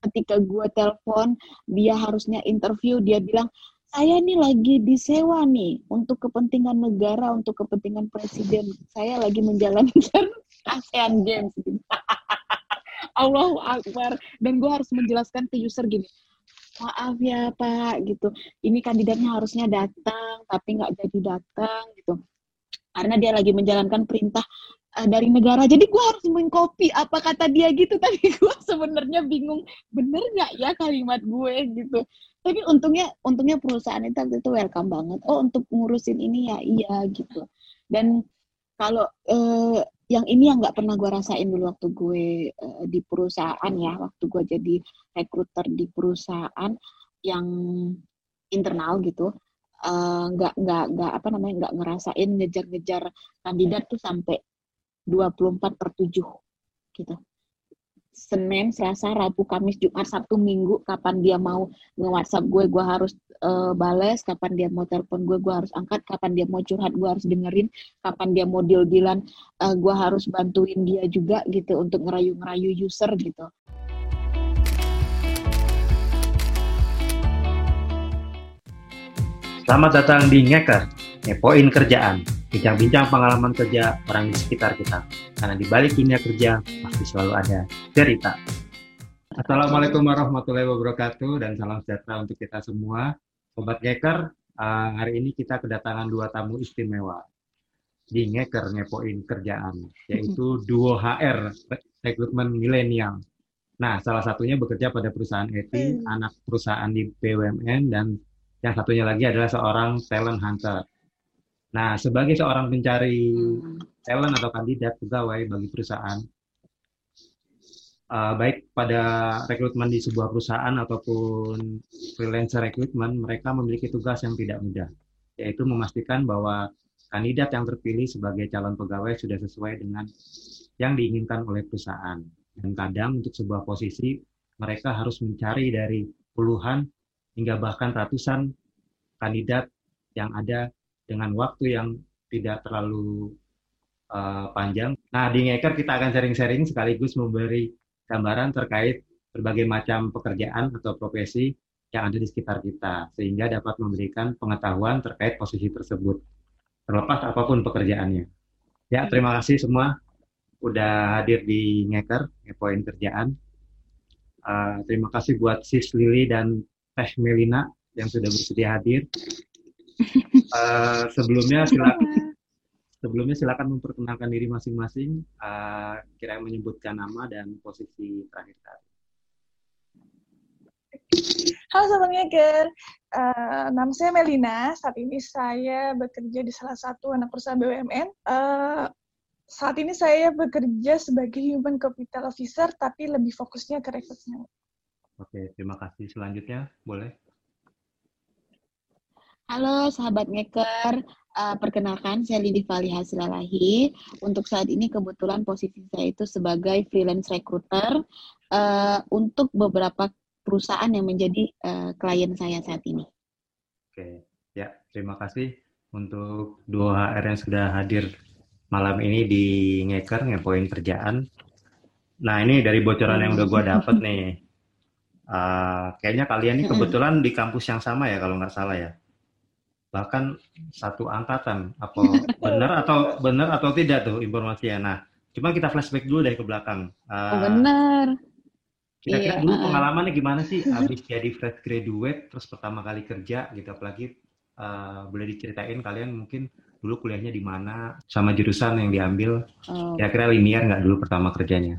ketika gue telepon, dia harusnya interview, dia bilang, saya nih lagi disewa nih untuk kepentingan negara, untuk kepentingan presiden. Saya lagi menjalankan ASEAN Games. Gitu. Allahu Akbar. Dan gue harus menjelaskan ke user gini, maaf ya Pak, gitu. Ini kandidatnya harusnya datang, tapi nggak jadi datang, gitu. Karena dia lagi menjalankan perintah dari negara. Jadi gue harus mengcopy apa kata dia gitu. Tapi gue sebenarnya bingung, bener nggak ya kalimat gue gitu. Tapi untungnya perusahaan itu welcome banget. Oh, untuk ngurusin ini ya iya gitu. Dan kalau yang ini yang nggak pernah gue rasain dulu waktu gue di perusahaan ya, waktu gue jadi rekruter di perusahaan yang internal gitu, nggak ngerasain ngejar-ngejar kandidat tuh sampai 24/7 gitu. Senin, Selasa, Rabu, Kamis, Jumat, Sabtu, Minggu, kapan dia mau nge-WhatsApp gue harus bales, kapan dia mau telepon gue harus angkat, kapan dia mau curhat, gue harus dengerin, kapan dia mau deal-dealan, gue harus bantuin dia juga gitu untuk ngerayu-ngerayu user gitu. Selamat datang di Ngeker, ngepoin kerjaan. Bincang-bincang pengalaman kerja orang di sekitar kita. Karena di balik dunia kerja pasti selalu ada cerita. Assalamualaikum warahmatullahi wabarakatuh dan salam sejahtera untuk kita semua. Sobat Ngeker, hari ini kita kedatangan 2 tamu istimewa di Ngeker, ngepoin kerjaan, yaitu duo HR, rekrutmen milenial. Nah, salah satunya bekerja pada perusahaan IT, anak perusahaan di BUMN, dan yang satunya lagi adalah seorang talent hunter. Nah, sebagai seorang pencari talent atau kandidat pegawai bagi perusahaan, baik pada rekrutmen di sebuah perusahaan ataupun freelancer rekrutmen, mereka memiliki tugas yang tidak mudah, yaitu memastikan bahwa kandidat yang terpilih sebagai calon pegawai sudah sesuai dengan yang diinginkan oleh perusahaan. Dan kadang untuk sebuah posisi, mereka harus mencari dari puluhan hingga bahkan ratusan kandidat yang ada dengan waktu yang tidak terlalu panjang. Nah, di Ngeker kita akan sharing-sharing sekaligus memberi gambaran terkait berbagai macam pekerjaan atau profesi yang ada di sekitar kita, sehingga dapat memberikan pengetahuan terkait posisi tersebut, terlepas apapun pekerjaannya. Ya, terima kasih semua udah hadir di Ngeker, ngepoin kerjaan. Terima kasih buat Sis Lili dan Teh Melina yang sudah bersedia hadir. Sebelumnya silakan memperkenalkan diri masing-masing, kira menyebutkan nama dan posisi terakhir tadi. Halo Sobat Ngeker, nama saya Melina. Saat ini saya bekerja di salah satu anak perusahaan BUMN. Saat ini saya bekerja sebagai Human Capital Officer, tapi lebih fokusnya ke rekrutmen. Oke, terima kasih. Selanjutnya, boleh. Halo sahabat Ngeker, perkenalkan saya Lili Faliha Silalahi. Untuk saat ini kebetulan posisi saya itu sebagai freelance recruiter untuk beberapa perusahaan yang menjadi klien saya saat ini. Oke, ya terima kasih untuk dua HR yang sudah hadir malam ini di Ngeker, ngepoin kerjaan. Nah ini dari bocoran yang udah gue dapet nih, kayaknya kalian ini kebetulan di kampus yang sama ya kalau nggak salah ya. Bahkan satu angkatan, apa benar atau tidak tuh informasinya. Nah, cuma kita flashback dulu deh ke belakang. Benar. Kira-kira dulu pengalamannya gimana sih habis jadi fresh graduate terus pertama kali kerja gitu, apalagi boleh diceritain kalian mungkin dulu kuliahnya di mana sama jurusan yang diambil, kira-kira linear nggak dulu pertama kerjanya?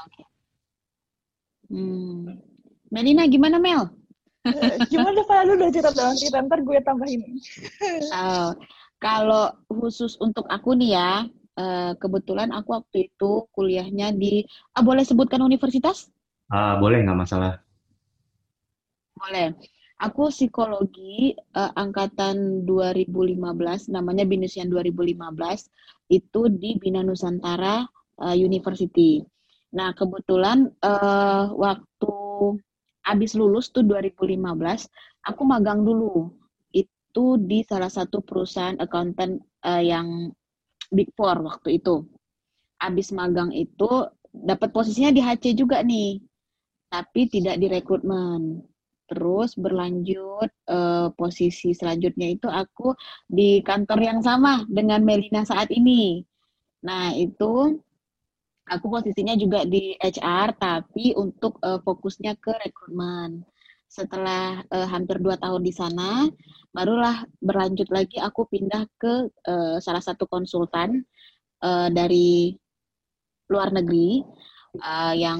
Melina gimana Mel? Gimana Pak, lu udah cerita ntar gue tambahin. Kalau khusus untuk aku nih ya, kebetulan aku waktu itu kuliahnya di, boleh sebutkan universitas? Boleh, nggak masalah. Boleh. Aku psikologi angkatan 2015, namanya Binusyan 2015, itu di Bina Nusantara University. Nah, kebetulan waktu abis lulus tuh 2015, aku magang dulu. Itu di salah satu perusahaan accountant yang Big Four waktu itu. Abis magang itu, dapat posisinya di HC juga nih. tapi tidak di rekrutmen. Terus berlanjut posisi selanjutnya itu aku di kantor yang sama dengan Melina saat ini. Nah, itu aku posisinya juga di HR, tapi untuk fokusnya ke rekrutmen. Setelah hampir 2 tahun di sana, barulah berlanjut lagi aku pindah ke salah satu konsultan dari luar negeri yang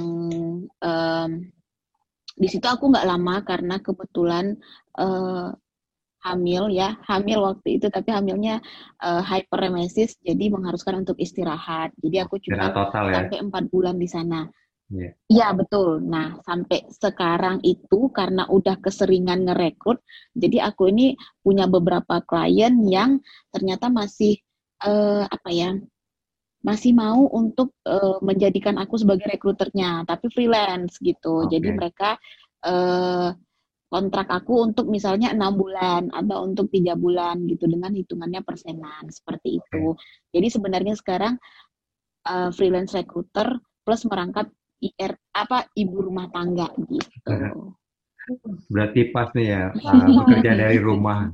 di situ aku nggak lama karena kebetulan hamil waktu itu, tapi hamilnya hyperemesis, jadi mengharuskan untuk istirahat. Jadi aku cuma total, ya? sampai 4 bulan di sana. Iya, yeah. Betul. Nah, sampai sekarang itu karena udah keseringan ngerekrut, jadi aku ini punya beberapa klien yang ternyata masih masih mau untuk menjadikan aku sebagai rekruternya, tapi freelance gitu. Jadi mereka kontrak aku untuk misalnya 6 bulan atau untuk 3 bulan gitu dengan hitungannya persenan seperti itu. Jadi sebenarnya sekarang freelance recruiter plus merangkap ibu rumah tangga gitu. Berarti pas nih ya, bekerja dari rumah.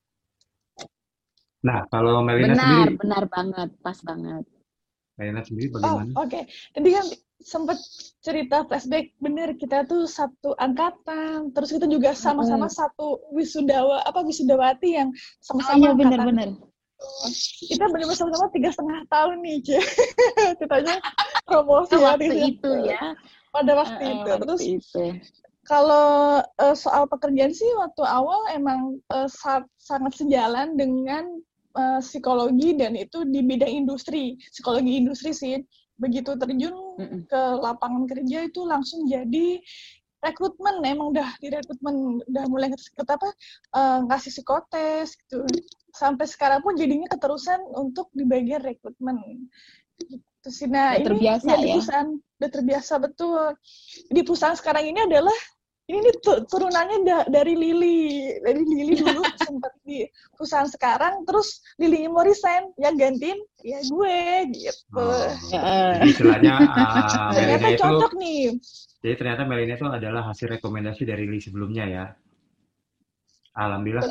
Nah, kalau Melina sendiri? Benar banget, pas banget. Melina sendiri bagaimana? Oke. Tadi kan sempat cerita flashback, bener, kita tuh satu angkatan, terus kita juga sama-sama satu wisudawati yang sama-sama angkatan. Bener. Kita benar-benar sama-sama 3,5 tahun nih, ceritanya promosi waktu itu ya. Pada waktu itu. Terus kalau soal pekerjaan sih waktu awal emang sangat sejalan dengan psikologi, dan itu di bidang industri, psikologi industri sih. Begitu terjun ke lapangan kerja itu langsung jadi rekrutmen, emang udah di rekrutmen, udah mulai ngasih psikotes gitu. Sampai sekarang pun jadinya keterusan untuk di bagian rekrutmen. Gitu sih. Nah, udah terbiasa di perusahaan udah terbiasa, betul. Di perusahaan sekarang ini adalah ini turunannya dari Lili dulu sempat di perusahaan sekarang, terus Lili mau resign, yang gantiin ya gue gitu. Jadi istilahnya ternyata cocok nih. Jadi ternyata Melina itu adalah hasil rekomendasi dari Lili sebelumnya ya. Alhamdulillah.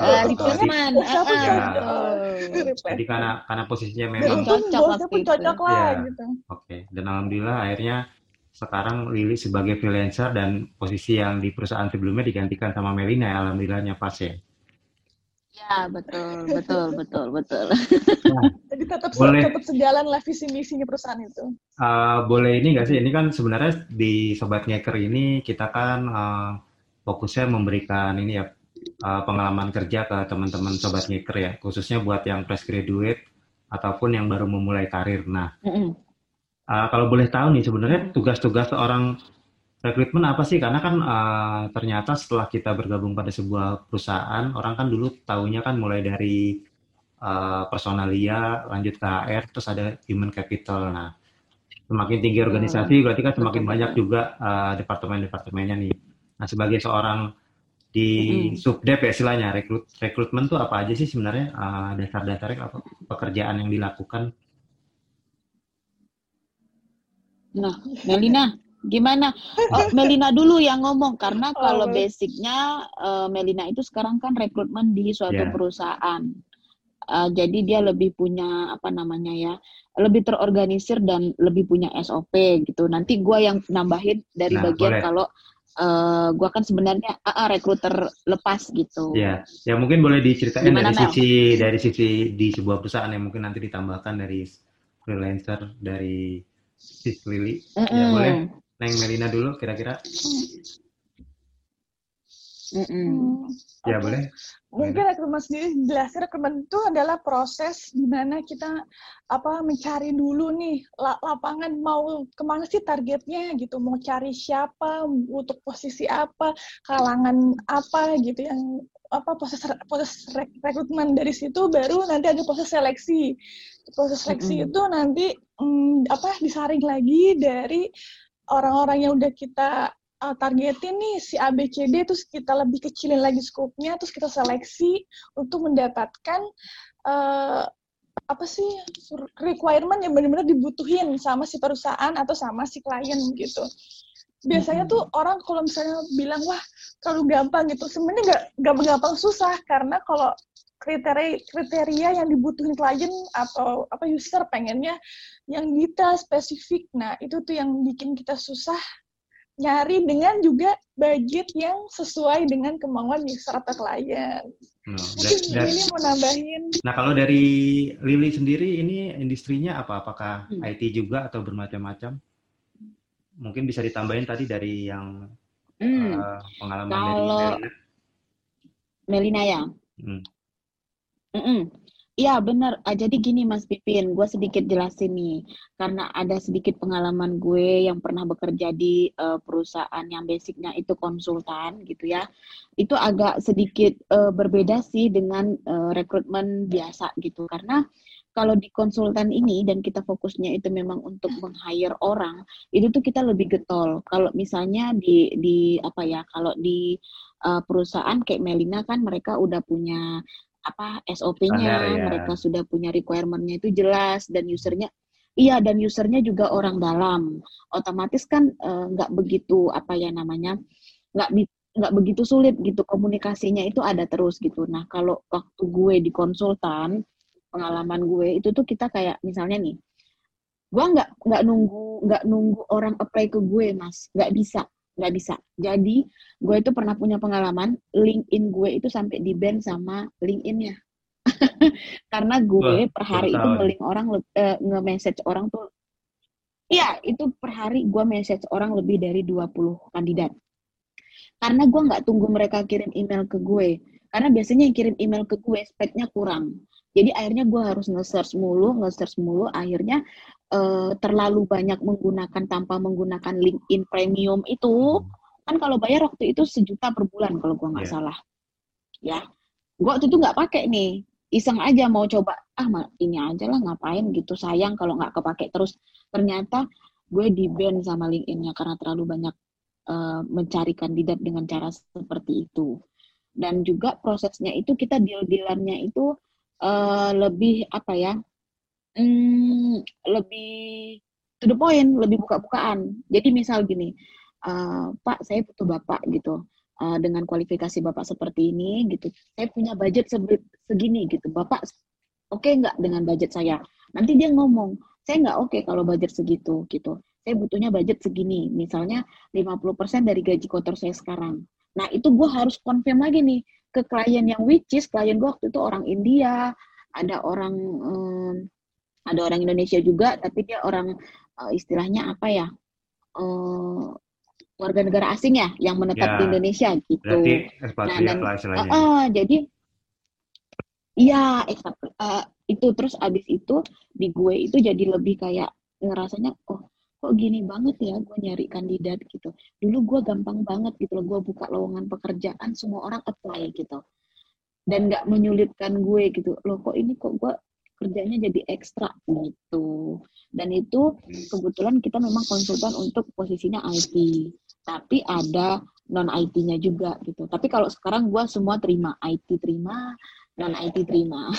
Jadi karena posisinya memang cocok lah gitu. Oke. Dan alhamdulillah akhirnya sekarang Lili sebagai freelancer dan posisi yang di perusahaan sebelumnya digantikan sama Melina, ya, alhamdulillahnya pas ya. Ya, betul. Nah, jadi tetap sejalan lah visi misinya perusahaan itu. Boleh ini nggak sih? Ini kan sebenarnya di Sobat Ngeker ini kita kan fokusnya memberikan ini ya, pengalaman kerja ke teman-teman Sobat Ngeker ya, khususnya buat yang fresh graduate ataupun yang baru memulai karir. Nah, kalau boleh tahu nih sebenarnya tugas-tugas seorang rekrutmen apa sih? Karena kan ternyata setelah kita bergabung pada sebuah perusahaan, orang kan dulu taunya kan mulai dari personalia, lanjut ke HR, terus ada human capital. Nah, semakin tinggi organisasi berarti kan semakin banyak juga departemen-departemennya nih. Nah, sebagai seorang di subdep ya istilahnya, rekrutmen tuh apa aja sih sebenarnya, dasar-dasarnya apa pekerjaan yang dilakukan? Nah, Melina, gimana? Melina dulu yang ngomong, karena kalau basicnya Melina itu sekarang kan rekrutmen di suatu perusahaan. Jadi dia lebih punya lebih terorganisir dan lebih punya SOP gitu. Nanti gue yang nambahin dari bagian kalau gue kan sebenarnya rekruter lepas gitu. Ya mungkin boleh diceritain dari sisi di sebuah perusahaan yang mungkin nanti ditambahkan dari freelancer dari Sis Lili. Ya boleh, Neng Melina dulu kira-kira. Ya boleh. Mungkin rekrutmen sendiri jelasin, rekrutmen itu adalah proses di mana kita mencari dulu nih lapangan mau kemana sih targetnya gitu, mau cari siapa, untuk posisi apa, kalangan apa gitu, yang proses rekrutmen. Dari situ baru nanti ada proses seleksi. Proses seleksi itu nanti disaring lagi dari orang-orang yang udah kita targetin nih, si ABCD, terus kita lebih kecilin lagi skopnya, terus kita seleksi untuk mendapatkan requirement yang benar-benar dibutuhin sama si perusahaan atau sama si klien gitu. biasanya tuh orang kalau misalnya bilang wah kalau gampang gitu, sebenarnya nggak gampang-gampang, susah, karena kalau kriteria yang dibutuhin klien atau user pengennya yang detail spesifik. Nah, itu tuh yang bikin kita susah nyari dengan juga budget yang sesuai dengan kemauan user atau klien. Mungkin ini mau nambahin. Nah, kalau dari Lili sendiri ini industrinya apa? Apakah IT juga atau bermacam-macam? Mungkin bisa ditambahin tadi dari yang pengalaman dari Melina ya. Iya benar. Jadi gini Mas Pipin, gue sedikit jelasin nih, karena ada sedikit pengalaman gue yang pernah bekerja di perusahaan yang basicnya itu konsultan gitu ya. Itu agak sedikit berbeda sih dengan rekrutmen biasa gitu, karena kalau di konsultan ini dan kita fokusnya itu memang untuk meng-hire orang, itu tuh kita lebih getol. Kalau misalnya di apa ya, kalau di perusahaan kayak Melina kan mereka udah punya SOP-nya, mereka sudah punya requirement-nya itu jelas, dan usernya juga orang dalam. Otomatis kan nggak begitu nggak begitu sulit gitu, komunikasinya itu ada terus gitu. Nah kalau waktu gue di konsultan, pengalaman gue itu tuh kita kayak misalnya nih, gue nggak nunggu orang apply ke gue Mas, nggak bisa. Jadi gue itu pernah punya pengalaman LinkedIn gue itu sampai di ban sama LinkedIn-nya. Karena gue per hari itu nge-message orang tuh, iya itu per hari gue message orang lebih dari 20 kandidat. Karena gue nggak tunggu mereka kirim email ke gue, karena biasanya yang kirim email ke gue speknya kurang. Jadi akhirnya gue harus nge-search mulu, akhirnya terlalu banyak tanpa menggunakan LinkedIn Premium itu, kan kalau bayar waktu itu 1 juta per bulan kalau gue nggak salah. Ya, gue waktu itu nggak pakai nih, iseng aja mau coba, ini aja lah ngapain gitu, sayang kalau nggak kepake terus. Ternyata gue di-ban sama LinkedIn-nya karena terlalu banyak mencari kandidat dengan cara seperti itu. Dan juga prosesnya itu kita deal-dealannya itu lebih lebih to the point, lebih buka-bukaan. Jadi misal gini, Pak saya butuh Bapak gitu, dengan kualifikasi Bapak seperti ini gitu, saya punya budget segini gitu, Bapak oke nggak dengan budget saya? Nanti dia ngomong, saya nggak oke kalau budget segitu gitu, saya butuhnya budget segini, misalnya 50% dari gaji kotor saya sekarang. Nah itu gue harus confirm lagi nih ke klien yang which is klien gue waktu itu orang India, ada orang Indonesia juga, tapi dia orang istilahnya warga negara asing ya, yang menetap di Indonesia gitu. Jadi iya itu terus abis itu di gue itu jadi lebih kayak ngerasanya kok gini banget ya gue nyari kandidat gitu. Dulu gue gampang banget gitu loh, gue buka lowongan pekerjaan semua orang apply gitu, dan nggak menyulitkan gue gitu loh, kok gue kerjanya jadi ekstra gitu. Dan itu kebetulan kita memang konsultan untuk posisinya IT, tapi ada non IT-nya juga gitu. Tapi kalau sekarang gue semua terima, IT terima, non IT terima.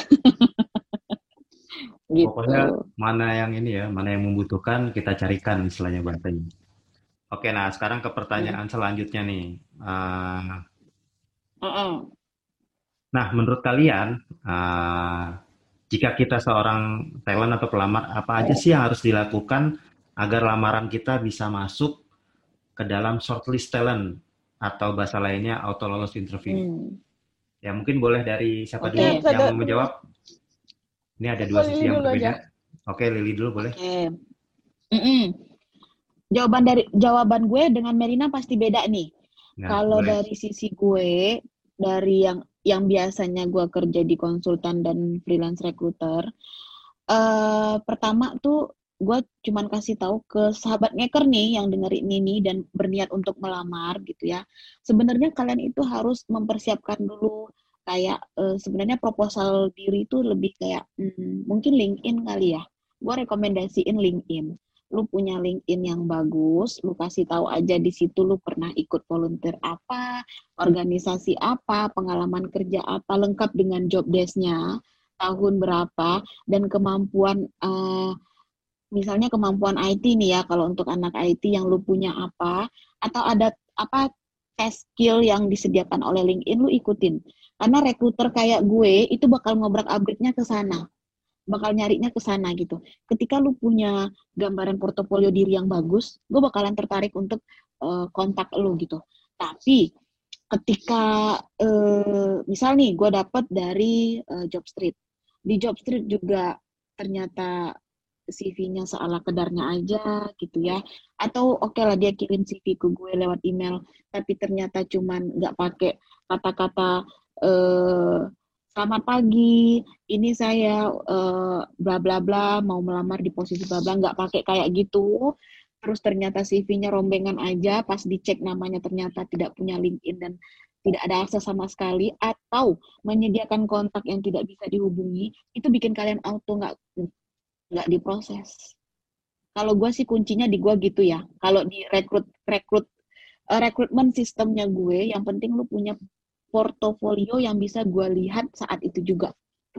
Gitu. Pokoknya mana yang membutuhkan kita carikan istilahnya bahasanya. Oke, nah sekarang ke pertanyaan selanjutnya nih. Nah, menurut kalian, jika kita seorang talent atau pelamar, apa aja sih yang harus dilakukan agar lamaran kita bisa masuk ke dalam shortlist talent atau bahasa lainnya auto lolos interview? Ya mungkin boleh dari siapa dulu yang menjawab. Ini ada 2 sisi yang berbeda. Oke, Lili dulu boleh. Jawaban gue dengan Melina pasti beda nih. Nah, kalau dari sisi gue, dari yang biasanya gue kerja di konsultan dan freelance recruiter, pertama tuh gue cuman kasih tahu ke sahabat ngeker nih yang dengerin ini dan berniat untuk melamar gitu ya. Sebenarnya kalian itu harus mempersiapkan dulu kayak sebenarnya proposal diri itu lebih kayak mungkin LinkedIn kali ya. Gue rekomendasiin LinkedIn. Lu punya LinkedIn yang bagus, lu kasih tahu aja di situ lu pernah ikut volunteer apa, organisasi apa, pengalaman kerja apa, lengkap dengan job desk-nya, tahun berapa, dan kemampuan misalnya kemampuan IT nih ya, kalau untuk anak IT yang lu punya apa, atau ada apa test skill yang disediakan oleh LinkedIn, lu ikutin. Karena rekruter kayak gue itu bakal ngobrak-abriknya ke sana, bakal nyarinya ke sana gitu. Ketika lu punya gambaran portofolio diri yang bagus, gue bakalan tertarik untuk kontak lu gitu. Tapi ketika misal nih gue dapat dari Jobstreet, di Jobstreet juga ternyata CV-nya seala kedarnya aja gitu ya, atau oke lah dia kirim CV ke gue lewat email tapi ternyata cuman nggak pakai kata-kata selamat pagi, ini saya bla bla bla mau melamar di posisi bla bla, nggak pakai kayak gitu, terus ternyata CV-nya rombengan aja, pas dicek namanya ternyata tidak punya LinkedIn dan tidak ada akses sama sekali, atau menyediakan kontak yang tidak bisa dihubungi, itu bikin kalian auto nggak diproses. Kalau gue sih kuncinya di gue gitu ya. Kalau di rekrutmen sistemnya gue, yang penting lu punya portofolio yang bisa gue lihat saat itu juga.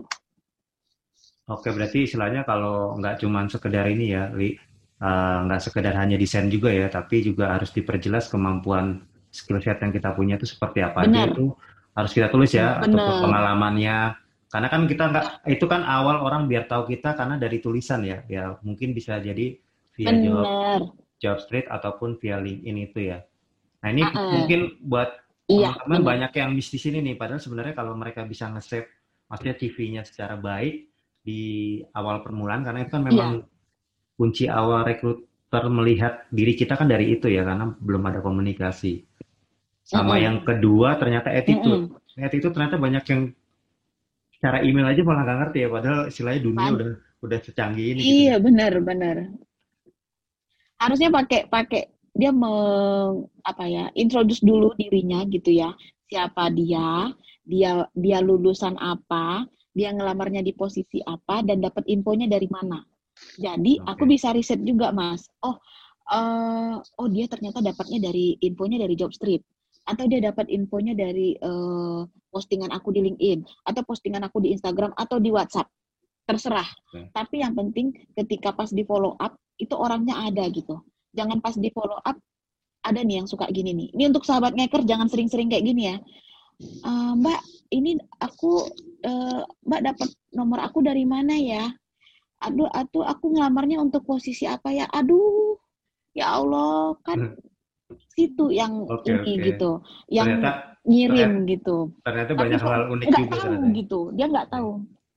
Oke, berarti istilahnya kalau nggak cuma sekedar ini ya, nggak sekedar hanya desain juga ya, tapi juga harus diperjelas kemampuan skill set yang kita punya itu seperti apa aja, itu harus kita tulis ya, ataupun pengalamannya. Karena kan kita nggak, itu kan awal orang biar tahu kita karena dari tulisan ya, ya mungkin bisa jadi via Jobstreet ataupun via LinkedIn itu ya. Nah ini mungkin buat teman-teman banyak yang miss di sini nih, padahal sebenarnya kalau mereka bisa nge-save maksudnya CV-nya secara baik di awal permulaan, karena itu kan memang kunci awal rekruter melihat diri kita kan dari itu ya, karena belum ada komunikasi. Sama yang kedua ternyata attitude. Attitude ternyata banyak yang cara email aja malah nggak ngerti ya, padahal istilahnya dunia udah secanggih ini. Iya, gitu. Benar. Harusnya pakai dia introduce dulu dirinya gitu ya. Siapa dia dia lulusan apa, dia ngelamarnya di posisi apa, dan dapat infonya dari mana. Jadi aku bisa riset juga, Mas. Oh dia ternyata dapatnya dari infonya dari Jobstreet, atau dia dapat infonya dari postingan aku di LinkedIn, atau postingan aku di Instagram, atau di WhatsApp, terserah. Tapi yang penting ketika pas di follow up, itu orangnya ada gitu. Jangan pas di follow up, ada nih yang suka gini nih. Ini untuk sahabat ngeker, jangan sering-sering kayak gini ya. Mbak, ini Mbak dapat nomor aku dari mana ya? Aduh, aku ngelamarnya untuk posisi apa ya? Aduh, ya Allah, kan situ yang gitu, yang ternyata, ngirim gitu. Ternyata banyak hal unik juga tahu gitu, dia nggak tahu.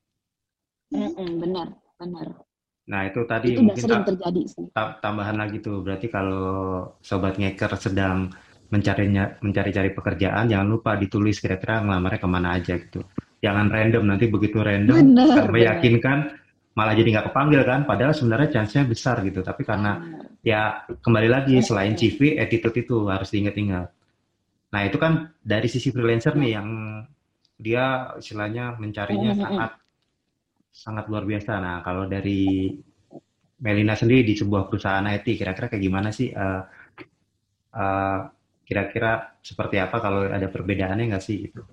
Benar. Nah itu tadi itu mungkin sering terjadi sih. Tambahan lagi tuh, berarti kalau sobat ngeker sedang mencari-cari pekerjaan, jangan lupa ditulis kira-kira ngelamarnya kemana aja gitu. Jangan random, nanti begitu random meyakinkan malah jadi nggak kepanggil kan, padahal sebenarnya chance-nya besar gitu, tapi karena ya kembali lagi selain CV, attitude itu harus diingat-ingat. Nah itu kan dari sisi freelancer nih yang dia istilahnya mencarinya sangat luar biasa. Nah kalau dari Melina sendiri di sebuah perusahaan IT, kira-kira kayak gimana sih? Kira-kira seperti apa, kalau ada perbedaannya nggak sih gitu?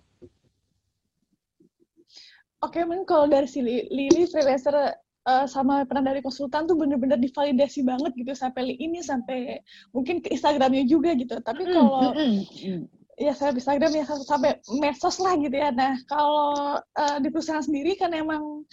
Oke, mungkin kalau dari si Lili freelancer sama pernah dari konsultan tuh bener-bener divalidasi banget gitu, sampai ini sampai mungkin ke Instagramnya juga gitu. Tapi kalau ya saya Instagram ya sampai medsos lah gitu ya. Nah kalau di perusahaan sendiri kan emang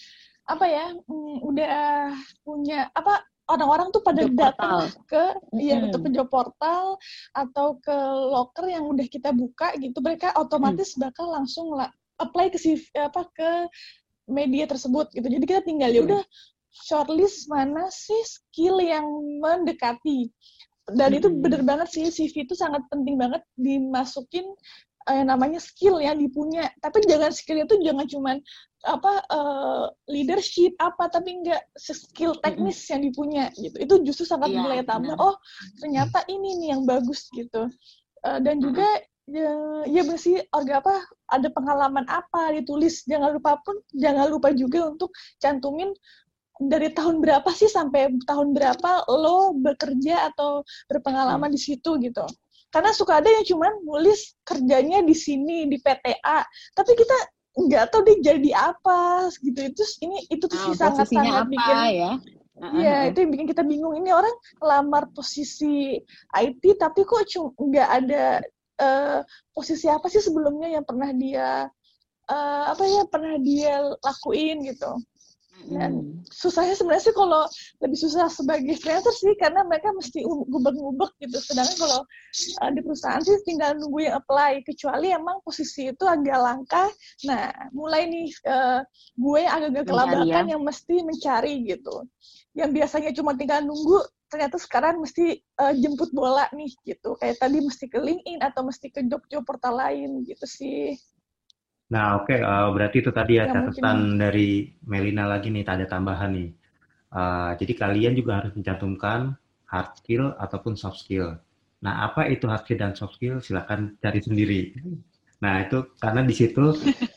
udah punya orang-orang tuh pada datang ke ke job portal atau ke loker yang udah kita buka gitu, mereka otomatis bakal langsung apply ke media tersebut gitu. Jadi kita tinggal ya udah shortlist mana sih skill yang mendekati. Dan itu bener banget sih, CV itu sangat penting banget dimasukin namanya skill yang dipunya. Tapi jangan skillnya tuh jangan cuman leadership tapi enggak skill teknis yang dipunya gitu. Itu justru sangat nilai tambah. Oh ternyata ini nih yang bagus gitu. Dan juga ya bersih ada pengalaman apa ditulis, jangan lupa juga untuk cantumin dari tahun berapa sih sampai tahun berapa lo bekerja atau berpengalaman di situ gitu. Karena suka ada yang cuman nulis kerjanya di sini di PTA, tapi kita nggak tahu dia jadi apa gitu. Itu tuh sih sangat bikin Iya, itu yang bikin kita bingung. Ini orang lamar posisi IT, tapi kok nggak ada posisi apa sih sebelumnya yang pernah dia pernah dia lakuin gitu. Dan susahnya sebenarnya sih kalau lebih susah sebagai freelancer sih, karena mereka mesti ngubek-ngubek gitu. Sedangkan kalau di perusahaan sih tinggal nunggu yang apply, kecuali emang posisi itu agak langka. Nah, mulai nih gue yang agak-agak kelabakan yang mesti mencari gitu. Yang biasanya cuma tinggal nunggu, ternyata sekarang mesti jemput bola nih gitu. Kayak tadi mesti ke LinkedIn atau mesti ke job-job portal lain gitu sih. Nah, oke, berarti itu tadi ya catatan dari Melina lagi nih, ada tambahan nih. Jadi kalian juga harus mencantumkan hard skill ataupun soft skill. Nah, apa itu hard skill dan soft skill? Silakan cari sendiri. Nah, itu karena di situ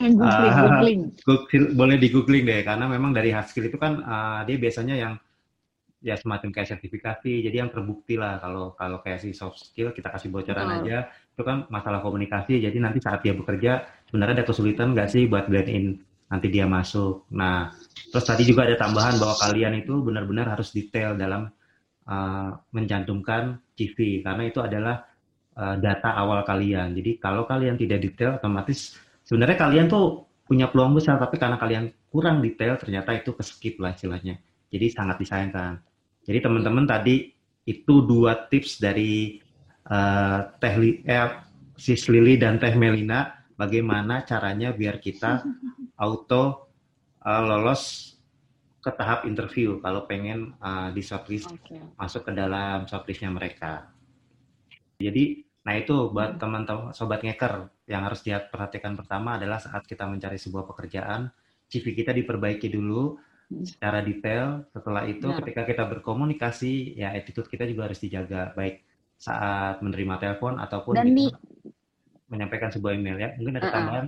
boleh di-googling deh, karena memang dari hard skill itu kan dia biasanya yang ya semacam kayak sertifikasi, jadi yang terbukti lah. Kalau kayak si soft skill kita kasih bocoran aja, itu kan masalah komunikasi. Jadi nanti saat dia bekerja sebenarnya ada kesulitan nggak sih buat blend in nanti dia masuk. Nah, terus tadi juga ada tambahan bahwa kalian itu benar-benar harus detail dalam mencantumkan CV, karena itu adalah data awal kalian. Jadi kalau kalian tidak detail, otomatis sebenarnya kalian tuh punya peluang besar, tapi karena kalian kurang detail, ternyata itu ke-skip lah istilahnya. Jadi sangat disayangkan. Jadi teman-teman tadi itu 2 tips dari Sis Lili dan Teh Melina, bagaimana caranya biar kita auto lolos ke tahap interview kalau pengen di shortlist masuk ke dalam shortlistnya mereka. Jadi, nah itu buat teman-teman sobat ngeker yang harus diperhatikan pertama adalah saat kita mencari sebuah pekerjaan, CV kita diperbaiki dulu secara detail. Setelah itu ketika kita berkomunikasi, ya attitude kita juga harus dijaga, baik saat menerima telepon ataupun kita menyampaikan sebuah email ya. Mungkin ada tambahan.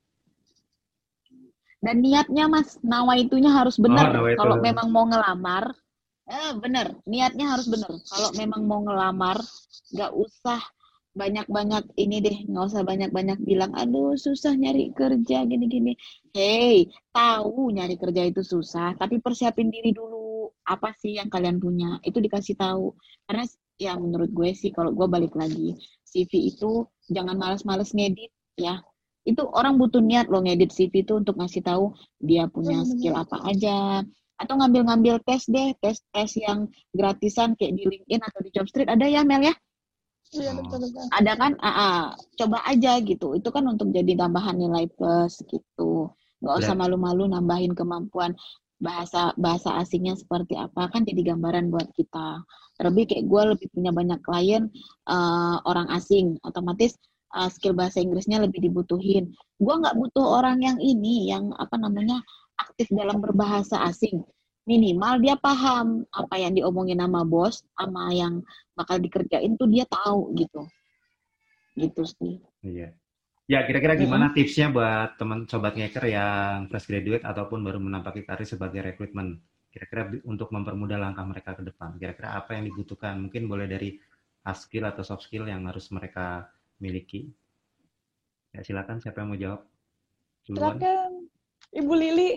Dan niatnya Mas, nawaitunya harus benar. Kalau memang mau ngelamar, benar, niatnya harus benar. Kalau memang mau ngelamar, nggak usah banyak-banyak ini deh, nggak usah banyak-banyak bilang, aduh susah nyari kerja gini-gini. Hey, tahu nyari kerja itu susah, tapi persiapin diri dulu. Apa sih yang kalian punya? Itu dikasih tahu. Karena ya menurut gue sih, kalau gue balik lagi, CV itu jangan malas-malas ngedit ya. Itu orang butuh niat loh ngedit CV itu untuk ngasih tahu dia punya skill apa aja. Atau ngambil-ngambil tes deh, tes yang gratisan kayak di LinkedIn atau di Jobstreet. Ada ya Mel ya? Iya, betul-betul. Ada kan? Coba aja gitu. Itu kan untuk jadi tambahan nilai plus gitu. Nggak usah malu-malu nambahin kemampuan bahasa asingnya seperti apa, kan jadi gambaran buat kita. Terlebih kayak gue lebih punya banyak klien orang asing, otomatis skill bahasa Inggrisnya lebih dibutuhin. Gue nggak butuh orang yang aktif dalam berbahasa asing. Minimal dia paham apa yang diomongin sama bos, sama yang bakal dikerjain tuh dia tahu gitu. Gitu sih. Iya. Ya, kira-kira gimana tipsnya buat teman sobat ngeker yang fresh graduate ataupun baru menampaki karir sebagai rekrutmen? Kira-kira untuk mempermudah langkah mereka ke depan. Kira-kira apa yang dibutuhkan? Mungkin boleh dari hard skill atau soft skill yang harus mereka miliki. Ya, silakan siapa yang mau jawab? Silakan Ibu Lili.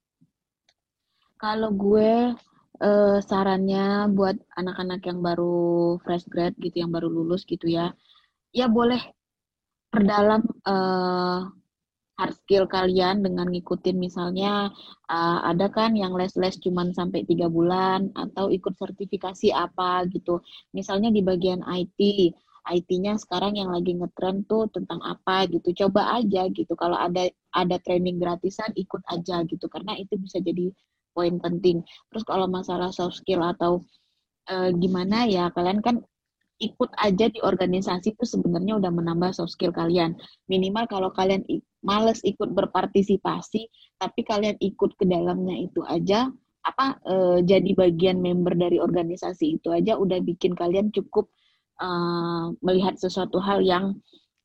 Kalau gue sarannya buat anak-anak yang baru fresh grad gitu, yang baru lulus gitu ya boleh perdalam hard skill kalian dengan ngikutin misalnya ada kan yang les-les cuman sampai 3 bulan atau ikut sertifikasi apa gitu. Misalnya di bagian IT-nya sekarang yang lagi ngetrend tuh tentang apa gitu. Coba aja gitu. Kalau ada training gratisan ikut aja gitu, karena itu bisa jadi poin penting. Terus kalau masalah soft skill atau gimana ya, kalian kan ikut aja di organisasi itu sebenarnya udah menambah soft skill kalian. Minimal kalau kalian males ikut berpartisipasi, tapi kalian ikut ke dalamnya itu aja, jadi bagian member dari organisasi itu aja udah bikin kalian cukup melihat sesuatu hal yang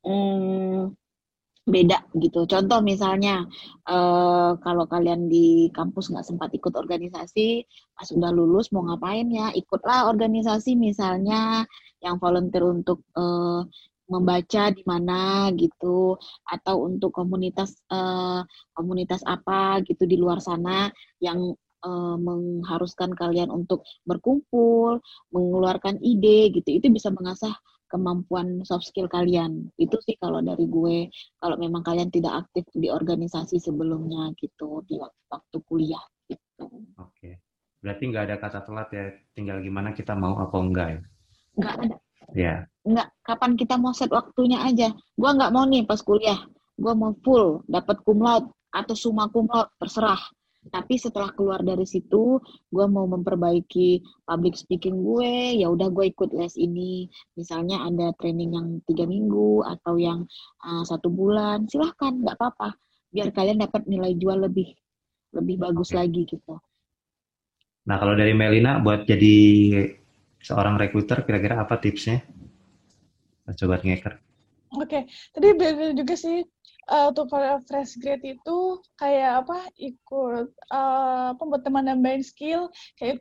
beda gitu. Contoh misalnya kalau kalian di kampus nggak sempat ikut organisasi, pas udah lulus mau ngapain ya, ikutlah organisasi misalnya yang volunteer untuk membaca di mana gitu, atau untuk komunitas apa gitu di luar sana yang mengharuskan kalian untuk berkumpul, mengeluarkan ide gitu. Itu bisa mengasah kemampuan soft skill kalian. Itu sih kalau dari gue, kalau memang kalian tidak aktif di organisasi sebelumnya gitu, di waktu kuliah gitu. Oke. Berarti nggak ada kata telat ya, tinggal gimana kita mau apa enggak ya? Nggak ada. Ya. Nggak, kapan kita mau set waktunya aja. Gue nggak mau nih pas kuliah, gue mau full, dapat cum laude atau summa cum laude, terserah. Tapi setelah keluar dari situ, gue mau memperbaiki public speaking gue, ya udah gue ikut les ini. Misalnya ada training yang 3 minggu atau yang 1 bulan, silahkan, nggak apa-apa. Biar kalian dapat nilai jual lebih bagus lagi gitu. Nah, kalau dari Melina buat jadi seorang rekruter, kira-kira apa tipsnya? Sobat Ngeker. Oke, tadi benar juga sih untuk para fresh grade itu kayak apa ikut buat teman nambahin skill, kayak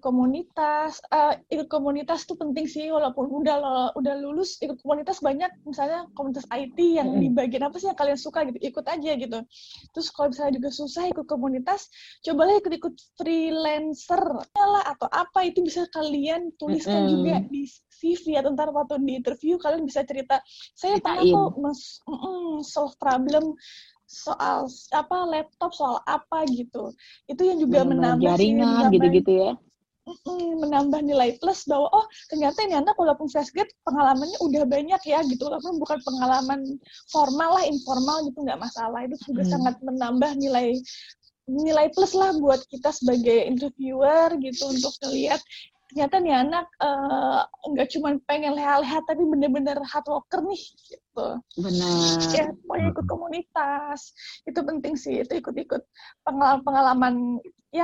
ikut komunitas tuh penting sih walaupun udah lulus ikut komunitas banyak, misalnya komunitas IT yang di bagian apa sih yang kalian suka gitu, ikut aja gitu. Terus kalau misalnya juga susah ikut komunitas, cobalah ikut freelancer lah atau apa, itu bisa kalian tuliskan juga di CV atau ntar waktu di interview kalian bisa cerita, saya pernah kok solve problem soal apa laptop, soal apa gitu. Itu yang juga menambah jaringan gitu-gitu ya. Menambah nilai plus bahwa oh ternyata ini anak walaupun fresh grade pengalamannya udah banyak ya gitu, walaupun bukan pengalaman formal lah, informal gitu nggak masalah. Itu juga sangat menambah nilai plus lah buat kita sebagai interviewer gitu, untuk ngelihat ternyata nih anak nggak cuma pengen leha-leha tapi bener-bener hard worker nih gitu. Benar. Ya, pokoknya ikut komunitas itu penting sih, itu ikut pengalaman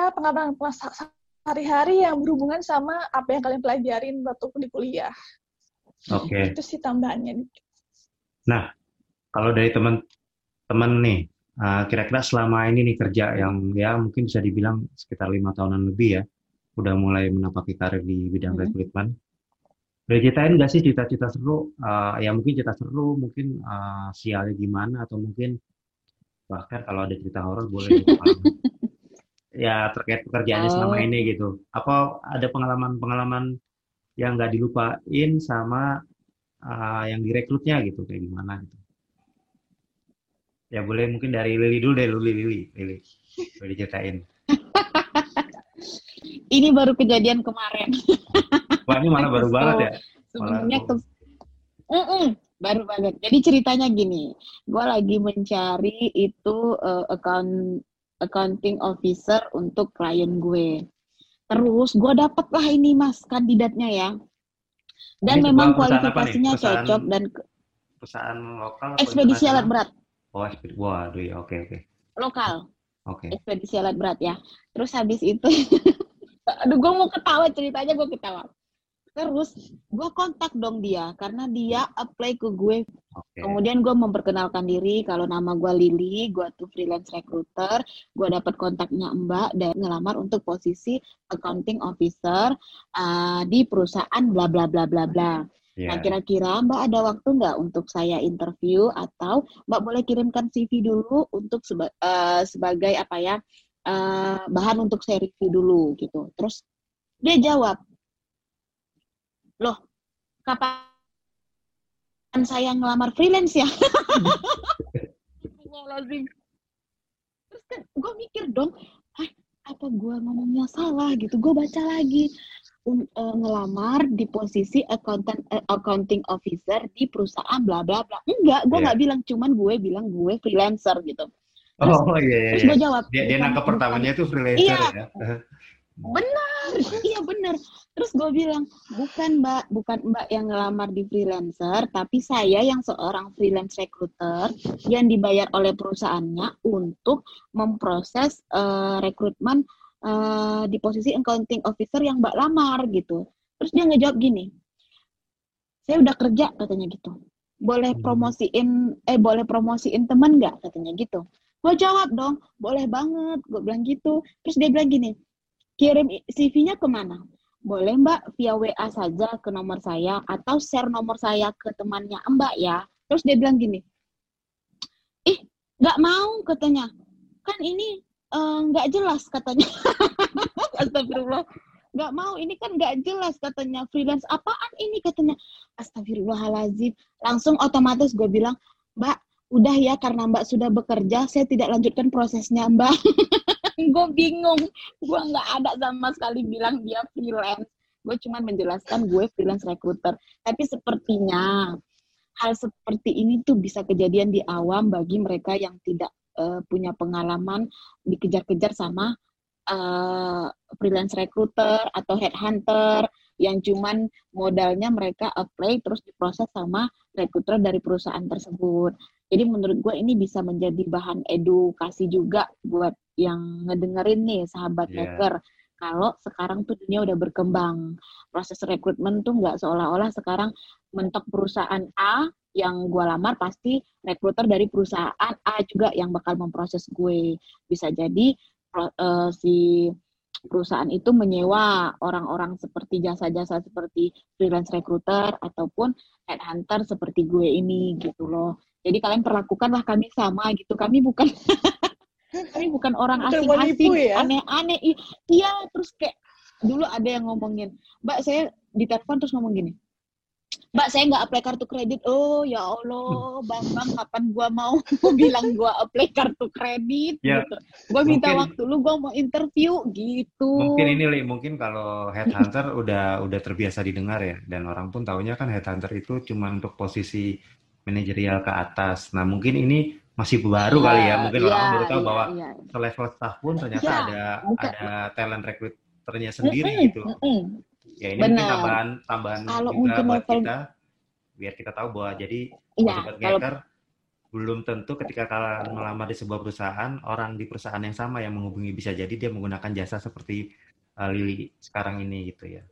sehari-hari yang berhubungan sama apa yang kalian pelajarin waktu di kuliah. Oke. Itu sih tambahannya. Nah, kalau dari teman-teman nih, kira-kira selama ini nih kerja yang ya mungkin bisa dibilang sekitar 5 tahunan lebih ya, udah mulai menapaki karir di bidang rekrutmen. Udah ceritain nggak sih cita-cita seru? Ya mungkin cerita seru, mungkin sialnya gimana, atau mungkin bahkan kalau ada cerita horor boleh. Ya terkait pekerjaannya selama ini gitu. Apa ada pengalaman-pengalaman yang nggak dilupain sama yang direkrutnya gitu, kayak gimana gitu? Ya boleh mungkin dari Lili dulu deh, Lili. Boleh diceritain. Ini baru kejadian kemarin. Wah, ini malah baru banget ya. Sebenarnya baru banget. Jadi ceritanya gini, gue lagi mencari itu accounting officer untuk klien gue. Terus gue dapet lah ini mas kandidatnya ya. Dan ini memang kualifikasinya cocok dan perusahaan lokal. Ekspedisi alat berat. Oh, waduh ya, oke. Lokal. Oke. Ekspedisi alat berat ya. Terus habis itu aduh, gue mau ketawa, ceritanya gue ketawa. Terus gue kontak dong dia, karena dia apply ke gue. Okay. Kemudian gue memperkenalkan diri, kalau nama gue Lili, gue tuh freelance recruiter. Gue dapat kontaknya Mbak dan ngelamar untuk posisi accounting officer di perusahaan bla bla bla bla bla. Yeah. Nah kira-kira Mbak ada waktu nggak untuk saya interview, atau Mbak boleh kirimkan CV dulu untuk sebagai apa ya? Bahan untuk saya review dulu gitu. Terus dia jawab, loh kapan saya ngelamar freelance ya? Terus kan gue mikir dong, apa gue ngomongnya salah gitu. Gue baca lagi, ngelamar di posisi accounting officer di perusahaan bla bla bla. Enggak, gue nggak bilang, cuman gue bilang gue freelancer gitu. Terus, iya. Terus gue jawab. Dia nangkep pertamanya itu freelancer ya. Benar. Terus gue bilang, bukan mbak yang ngelamar di freelancer, tapi saya yang seorang freelance recruiter yang dibayar oleh perusahaannya untuk memproses rekrutmen di posisi accounting officer yang mbak lamar gitu. Terus dia ngejawab gini, saya udah kerja katanya gitu. Boleh promosiin teman nggak katanya gitu. Gue jawab dong, boleh banget, gue bilang gitu. Terus dia bilang gini, kirim CV-nya kemana? Boleh mbak, via WA saja ke nomor saya, atau share nomor saya ke temannya mbak ya. Terus dia bilang gini, nggak mau katanya, kan ini nggak jelas katanya. Astagfirullah. Nggak mau, ini kan nggak jelas katanya. Freelance apaan ini katanya. Astagfirullahaladzim. Langsung otomatis gue bilang, Mbak, udah ya karena Mbak sudah bekerja, saya tidak lanjutkan prosesnya Mbak. Gue bingung. Gue nggak ada sama sekali bilang dia freelance. Gue cuma menjelaskan gue freelance recruiter. Tapi sepertinya hal seperti ini tuh bisa kejadian di awam bagi mereka yang tidak punya pengalaman dikejar-kejar sama freelance recruiter atau headhunter yang cuman modalnya mereka apply terus diproses sama recruiter dari perusahaan tersebut. Jadi menurut gue ini bisa menjadi bahan edukasi juga buat yang ngedengerin nih sahabat hacker. Kalau sekarang tuh dunia udah berkembang. Proses rekrutmen tuh nggak seolah-olah sekarang mentok perusahaan A yang gue lamar pasti rekruter dari perusahaan A juga yang bakal memproses gue. Bisa jadi si perusahaan itu menyewa orang-orang seperti jasa-jasa seperti freelance recruiter ataupun headhunter seperti gue ini gitu loh. Jadi kalian perlakukanlah kami sama gitu. Kami bukan orang asing-asing, ya? Aneh-aneh. Iya, terus kayak dulu ada yang ngomongin, Mbak saya di telepon terus ngomong gini, Mbak saya nggak apply kartu kredit. Oh ya Allah, Bang, kapan gua mau bilang gua apply kartu kredit ya, gitu. Gua minta waktu lu, gua mau interview gitu. Mungkin ini Li, mungkin kalau headhunter udah terbiasa didengar ya, dan orang pun taunya kan headhunter itu cuma untuk posisi manajerial ke atas. Nah mungkin ini masih baru kali ya, mungkin orang baru tahu bahwa selevel staff pun ternyata ada talent recruiternya sendiri gitu. Ya ini mungkin tambahan juga buat kita, biar kita tahu bahwa jadi sobat hacker belum tentu ketika kalian melamar di sebuah perusahaan, orang di perusahaan yang sama yang menghubungi, bisa jadi dia menggunakan jasa seperti Lili sekarang ini gitu ya.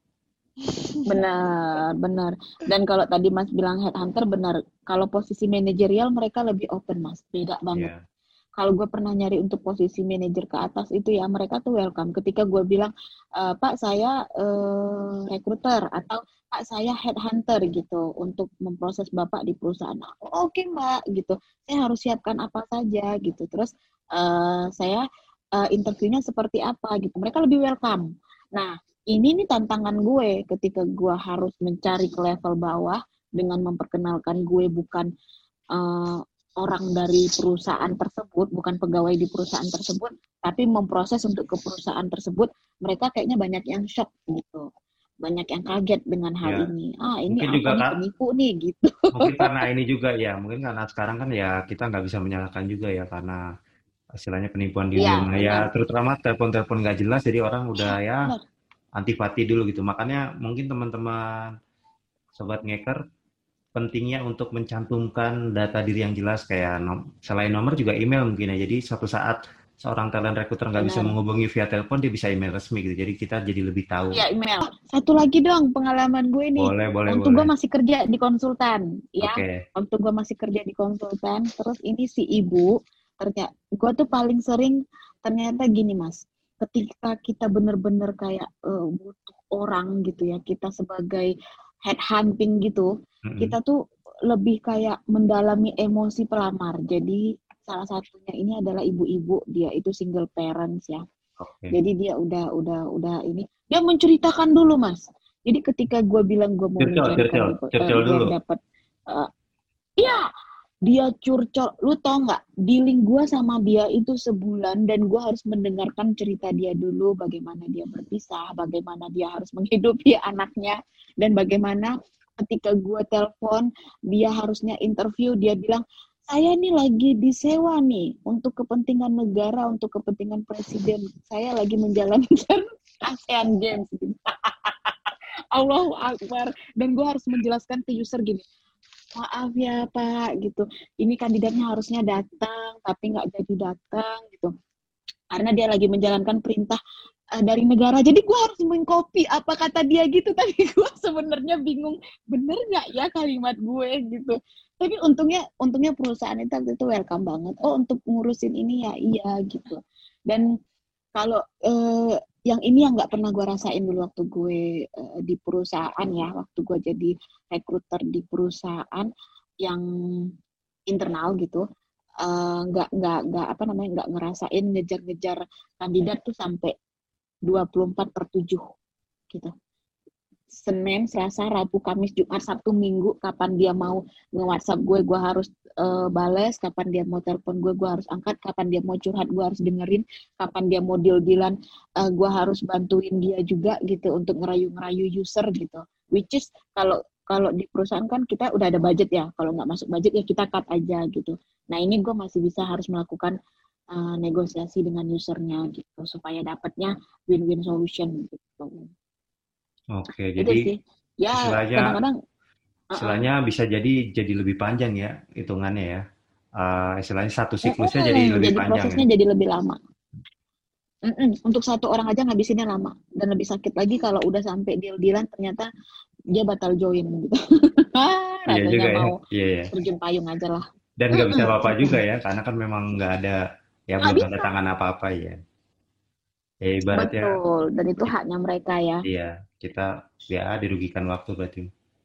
Benar. Dan kalau tadi Mas bilang headhunter, benar. Kalau posisi manajerial mereka lebih open, Mas. Beda banget. Kalau gue pernah nyari untuk posisi manajer ke atas itu ya, mereka tuh welcome. Ketika gue bilang, Pak saya recruiter atau Pak saya headhunter gitu untuk memproses Bapak di perusahaan. Oke Mbak gitu. Saya harus siapkan apa saja gitu. Terus saya interviewnya seperti apa gitu. Mereka lebih welcome. Nah, ini nih tantangan gue ketika gue harus mencari ke level bawah dengan memperkenalkan gue bukan orang dari perusahaan tersebut, bukan pegawai di perusahaan tersebut, tapi memproses untuk ke perusahaan tersebut. Mereka kayaknya banyak yang shock gitu, banyak yang kaget dengan hal ini. Ini mungkin apa nih, penipu nih gitu. Mungkin karena ini juga ya, mungkin karena sekarang kan ya kita nggak bisa menyalahkan juga ya karena istilahnya penipuan di dunia ya, terutama telepon-telepon nggak jelas, jadi orang udah antipati dulu gitu. Makanya mungkin teman-teman sobat ngeker pentingnya untuk mencantumkan data diri yang jelas, kayak selain nomor juga email mungkin ya. Jadi suatu saat seorang talent recruiter nggak bisa menghubungi via telepon, dia bisa email resmi gitu. Jadi kita jadi lebih tahu. Iya, email. Satu lagi dong pengalaman gue nih. Boleh. Waktu gue masih kerja di konsultan, ya. Waktu gue masih kerja di konsultan, terus ini si ibu, ternyata gue tuh paling sering ternyata gini Mas. Ketika kita benar-benar kayak butuh orang gitu ya, kita sebagai headhunting gitu, kita tuh lebih kayak mendalami emosi pelamar. Jadi salah satunya ini adalah ibu-ibu, dia itu single parents ya. Jadi dia udah ini, dia menceritakan dulu Mas. Jadi ketika gue bilang gue mau menceritakan, dia dapat, dia curcol. Lu tau nggak, dealing gue sama dia itu sebulan dan gue harus mendengarkan cerita dia dulu, bagaimana dia berpisah, bagaimana dia harus menghidupi anaknya, dan bagaimana ketika gue telepon dia harusnya interview, dia bilang saya nih lagi disewa nih untuk kepentingan negara, untuk kepentingan presiden, saya lagi menjalankan ASEAN Games. Allahu Akbar. Dan gue harus menjelaskan ke user gini, maaf ya Pak gitu, ini kandidatnya harusnya datang tapi nggak jadi datang gitu karena dia lagi menjalankan perintah dari negara. Jadi gue harus mengcopy apa kata dia gitu, tapi gue sebenarnya bingung bener nggak ya kalimat gue gitu. Tapi untungnya perusahaan itu welcome banget. Untuk ngurusin ini ya iya gitu. Dan kalau yang ini yang nggak pernah gue rasain dulu waktu gue di perusahaan ya, waktu gue jadi recruiter di perusahaan yang internal gitu, nggak ngerasain ngejar-ngejar kandidat tuh sampai 24/7 gitu. Senin, Selasa, Rabu, Kamis, Jumat, Sabtu, Minggu, kapan dia mau nge-WhatsApp gue harus bales, kapan dia mau telepon gue harus angkat, kapan dia mau curhat, gue harus dengerin, kapan dia mau deal-dealan, gue harus bantuin dia juga gitu untuk ngerayu-ngerayu user gitu. Which is kalau di perusahaan kan kita udah ada budget ya, kalau nggak masuk budget ya kita cut aja gitu. Nah ini gue masih bisa harus melakukan negosiasi dengan usernya gitu supaya dapatnya win-win solution gitu. Oke, Itu jadi sih. Ya istilahnya kadang-kadang bisa jadi lebih panjang ya hitungannya ya. Istilahnya satu siklusnya jadi lebih jadi panjang ya. prosesnya jadi lebih lama. Untuk satu orang aja ngabisinnya lama dan lebih sakit lagi kalau udah sampai deal-dealan ternyata dia batal join gitu. Iya juga Rasanya ya. mau Iya. terjun payung aja lah. Dan nggak bisa apa-apa juga ya, karena kan memang nggak ada ya Nggak belum bisa. tanda tangan apa-apa ya. Ya ibaratnya Betul, dan itu haknya mereka ya. iya, kita ya dirugikan waktu berarti.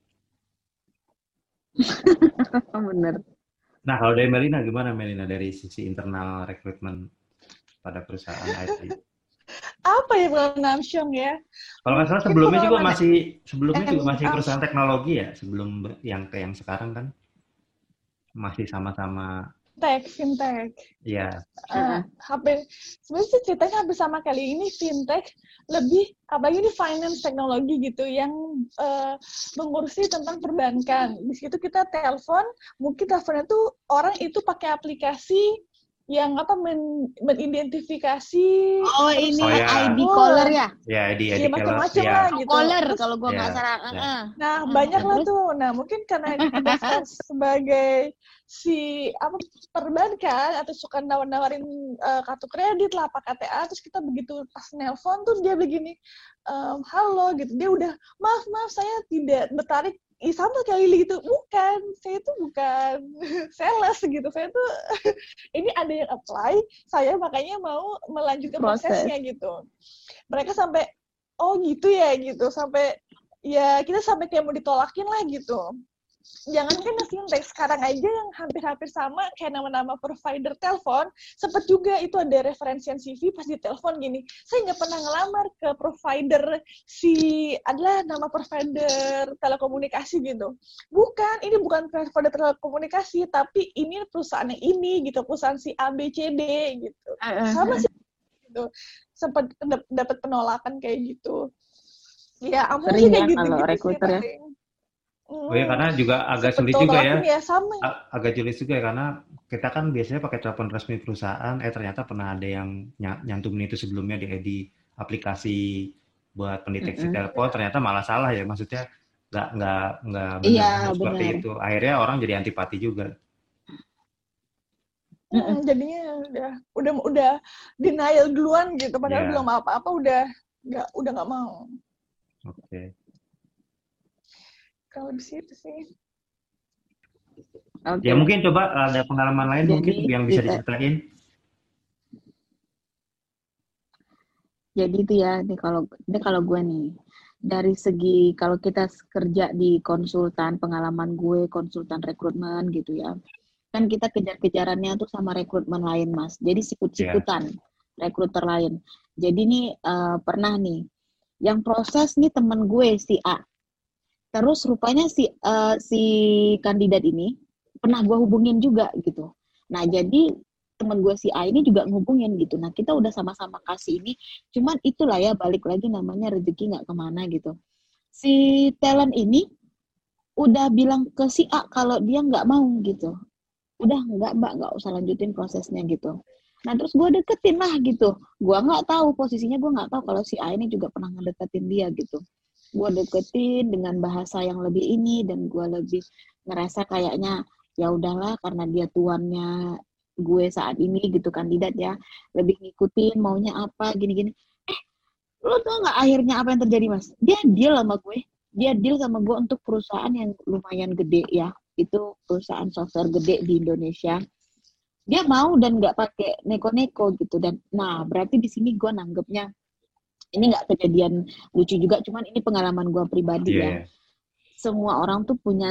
Bener. Nah, kalau dari Melina gimana Melina dari sisi internal rekrutmen pada perusahaan IT? Apa ya Bang Namsyong ya? Kalau nggak salah Mungkin sebelumnya juga pengalaman masih perusahaan teknologi ya, sebelum yang sekarang kan masih sama-sama fintech. ya. Hampir sebenarnya sih ceritanya hampir sama kali ini fintech lebih apalagi ini finance teknologi gitu yang mengurusi tentang perbankan. Di situ kita telepon, mungkin teleponnya tuh orang itu pakai aplikasi yang mengidentifikasi ini ya. ID caller ya? Ya, ID ya macam-macam ya. lah gitu. Caller kalau gue nggak Ya. salah. Nah, banyak lah tuh. Nah, mungkin karena kita sebagai si perbankan atau suka nawarin kartu kredit lah, apa KTA, terus kita begitu pas nelpon tuh dia begini, halo gitu. Dia udah, maaf saya tidak tertarik. Sama kali gitu, bukan, saya itu bukan sales gitu, saya tuh ini ada yang apply, saya makanya mau melanjutkan prosesnya gitu. Mereka sampai, oh gitu ya gitu, sampai ya kita sampai kayak mau ditolakin lah gitu. Jangankan fintech sekarang aja yang hampir-hampir sama kayak nama-nama provider telepon, sempat juga itu ada referensian CV pas di telepon gini, saya nggak pernah ngelamar ke provider adalah nama provider telekomunikasi gitu. Bukan, ini bukan provider telekomunikasi, tapi ini perusahaannya ini gitu, perusahaan si A, B, C, D gitu. Sama sih gitu. Sempat dapat penolakan kayak gitu. Ya, ampun sih kayak gitu-gitu rekruter ya. Oh ya, karena juga agak sulit juga ya. Sama. Agak sulit juga ya, karena kita kan biasanya pakai telepon resmi perusahaan, ternyata pernah ada yang nyantumin itu sebelumnya di aplikasi buat pendeteksi telepon, ternyata malah salah ya, maksudnya nggak benar seperti itu. Akhirnya orang jadi antipati juga. Jadinya udah denial duluan gitu, padahal belum apa-apa udah nggak mau. Oke. Kalau di situ sih. Okay. Ya mungkin coba ada pengalaman lain mungkin yang bisa diceritain. Jadi itu ya, ini kalau gue nih dari segi kalau kita kerja di konsultan, pengalaman gue konsultan rekrutmen gitu ya, kan kita kejar-kejarannya tuh sama rekrutmen lain mas. Jadi sikut-sikutan rekruter lain. Jadi nih pernah nih, yang proses nih temen gue si A. Terus rupanya si kandidat ini pernah gue hubungin juga gitu. Nah jadi temen gue si A ini juga ngehubungin gitu. Nah kita udah sama-sama kasih ini. Cuman itulah ya balik lagi namanya rezeki nggak kemana gitu. Si talent ini udah bilang ke si A kalau dia nggak mau gitu. Udah nggak usah lanjutin prosesnya gitu. Nah terus gue deketin lah gitu. Gue nggak tahu posisinya, gue nggak tahu kalau si A ini juga pernah ngedeketin dia gitu. Gue deketin dengan bahasa yang lebih ini dan gue lebih ngerasa kayaknya ya udahlah karena dia tuannya gue saat ini gitu kandidat ya, lebih ngikutin maunya apa gini-gini. Lo tau nggak akhirnya apa yang terjadi mas? Dia deal sama gue untuk perusahaan yang lumayan gede ya, itu perusahaan software gede di Indonesia. Dia mau dan nggak pakai neko-neko gitu. Dan nah berarti di sini gue nanggepnya ini nggak kejadian lucu juga, cuman ini pengalaman gue pribadi ya. semua orang tuh punya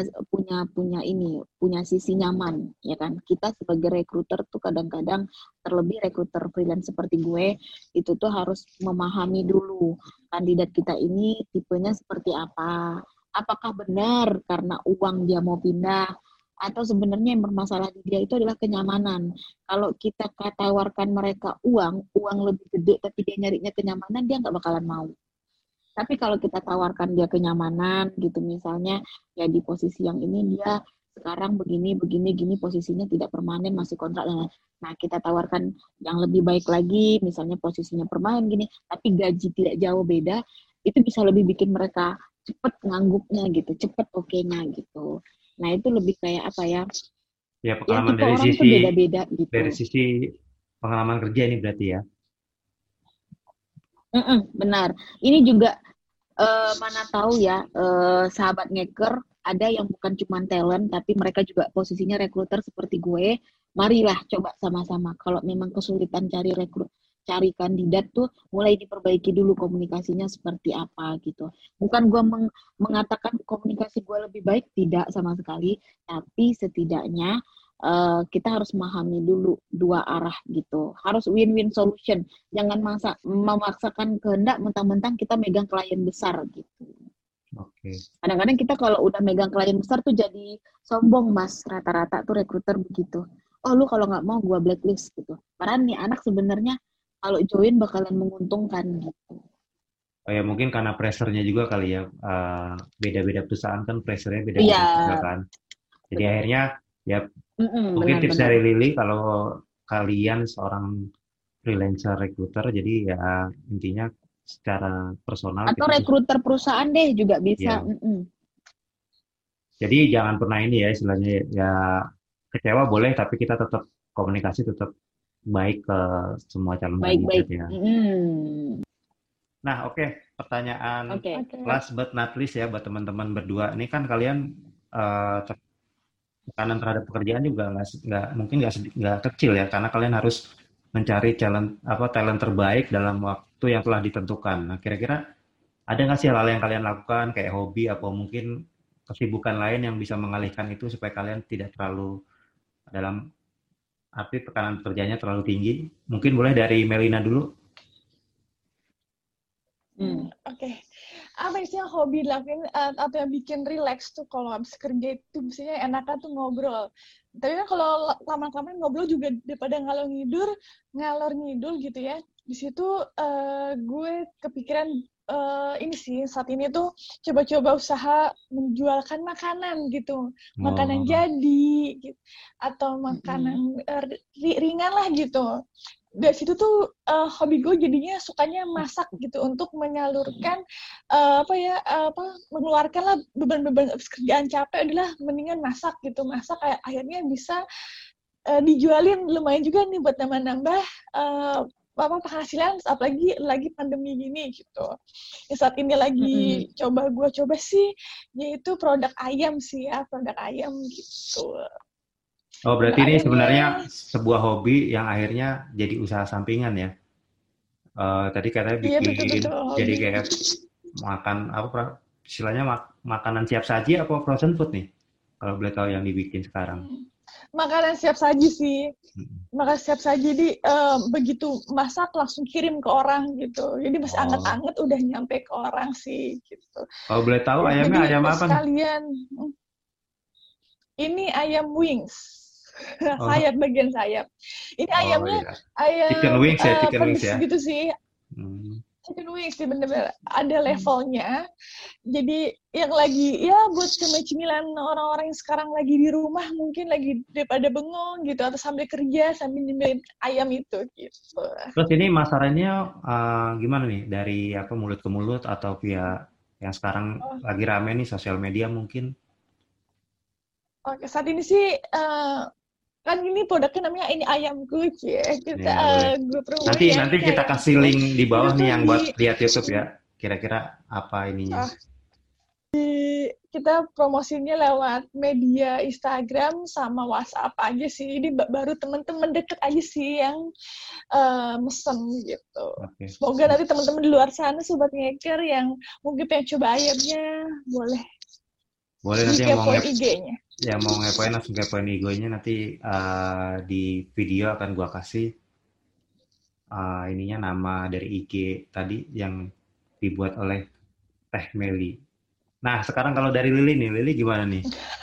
sisi nyaman, ya kan? Kita sebagai rekruter tuh kadang-kadang, terlebih rekruter freelance seperti gue, itu tuh harus memahami dulu kandidat kita ini tipenya seperti apa. Apakah benar karena uang dia mau pindah, atau sebenarnya yang bermasalah di dia itu adalah kenyamanan. Kalau kita tawarkan mereka uang lebih gede tapi dia nyarinya kenyamanan, dia nggak bakalan mau. Tapi kalau kita tawarkan dia kenyamanan gitu, misalnya ya di posisi yang ini dia sekarang begini posisinya tidak permanen, masih kontrak. Nah, kita tawarkan yang lebih baik lagi, misalnya posisinya permanen gini, tapi gaji tidak jauh beda, itu bisa lebih bikin mereka cepet ngangguknya gitu, cepet oke-nya gitu. Nah, itu lebih kayak apa ya? Ya, pengalaman tipe orang tuh beda-beda gitu. Dari sisi pengalaman kerja ini berarti ya. Benar. Ini juga mana tahu ya, sahabat ngeker ada yang bukan cuma talent tapi mereka juga posisinya rekruter seperti gue. Marilah coba sama-sama. Kalau memang kesulitan cari kandidat tuh mulai diperbaiki dulu komunikasinya seperti apa gitu. Bukan gue mengatakan komunikasi gue lebih baik, tidak sama sekali, tapi setidaknya kita harus memahami dulu dua arah gitu. Harus win-win solution. Jangan memaksakan kehendak mentang-mentang kita megang klien besar gitu. Oke. Kadang-kadang kita kalau udah megang klien besar tuh jadi sombong, Mas. Rata-rata tuh rekruter begitu. Oh, lu kalau nggak mau gua blacklist gitu. Padahal nih anak sebenarnya kalau join bakalan menguntungkan gitu. Oh ya, mungkin karena pressure-nya juga kali ya. Beda-beda perusahaan kan pressure-nya beda-beda juga kan. Jadi akhirnya ya mungkin tips dari Lily, kalau kalian seorang freelancer rekruter, jadi ya intinya secara personal atau rekruter perusahaan deh juga bisa. Jadi jangan pernah ini ya, istilahnya ya, kecewa boleh, tapi kita tetap komunikasi tetap baik ke semua calon kandidat ya. Nah, oke. Pertanyaan last but not least ya buat teman-teman berdua. Ini kan kalian tekanan terhadap pekerjaan juga nggak kecil ya, karena kalian harus mencari talent terbaik dalam waktu yang telah ditentukan. Nah, kira-kira ada nggak sih hal-hal yang kalian lakukan kayak hobi atau mungkin kesibukan lain yang bisa mengalihkan itu supaya kalian tidak terlalu dalam arti tekanan kerjanya terlalu tinggi? Mungkin boleh dari Melina dulu. Oke. Apa sih yang hobi dilakuin atau yang bikin relax tuh kalau habis kerja itu biasanya enakan tuh ngobrol. Tapi kan kalau lama-lama ngobrol juga daripada ngalor ngidul gitu ya. Di situ gue kepikiran ini sih, saat ini tuh coba-coba usaha menjualkan makanan gitu. Makanan jadi gitu. Atau makanan ringan lah gitu. Dari situ tuh hobi gue jadinya sukanya masak gitu untuk menyalurkan mengeluarkanlah beban-beban kerjaan capek adalah mendingan masak gitu. Masak kayak akhirnya bisa dijualin lumayan juga nih buat nambah-nambah penghasilan, apalagi lagi pandemi gini gitu. Ya, saat ini lagi gue coba sih yaitu produk ayam gitu. Oh, berarti ini sebenarnya sebuah hobi yang akhirnya jadi usaha sampingan ya. Tadi katanya bikin jadi kayak makan istilahnya makanan siap saji atau frozen food nih? Kalau boleh tahu yang dibikin sekarang. Makanan siap saji sih. Makanan siap saji, jadi begitu masak langsung kirim ke orang gitu. Jadi masih anget-anget udah nyampe ke orang sih gitu. Kalau boleh tahu ayamnya ayam apa nih? Ini ayam wings. Bagian sayap. Ini ayamnya ayam chicken wings ya. Gitu sih. Chicken wings sih bener-bener ada levelnya. Jadi yang lagi ya buat cemilan orang-orang yang sekarang lagi di rumah mungkin lagi daripada bengong gitu atau sambil kerja sambil nyemilin ayam itu gitu. Terus ini masarannya gimana nih, dari mulut ke mulut atau via yang sekarang lagi rame nih sosial media mungkin? Oke, saat ini sih kan ini produknya namanya ini ayam kuc ya, kita gue promosi. Nanti kita kasih link di bawah nih yang buat lihat YouTube ya, kira-kira apa ininya. Kita promosinya lewat media Instagram sama WhatsApp aja sih, ini baru teman-teman deket aja sih yang mesen gitu. Semoga nanti teman-teman di luar sana sobat ngeker yang mungkin pengen coba ayamnya boleh Boleh nanti yang mau Dikepoin IG-nya. yang mau ngepoin langsung kepoin IG-nya nanti di video akan gua kasih ininya nama dari IG tadi yang dibuat oleh Teh Meli. Nah, sekarang kalau dari Lili nih, Lili gimana nih?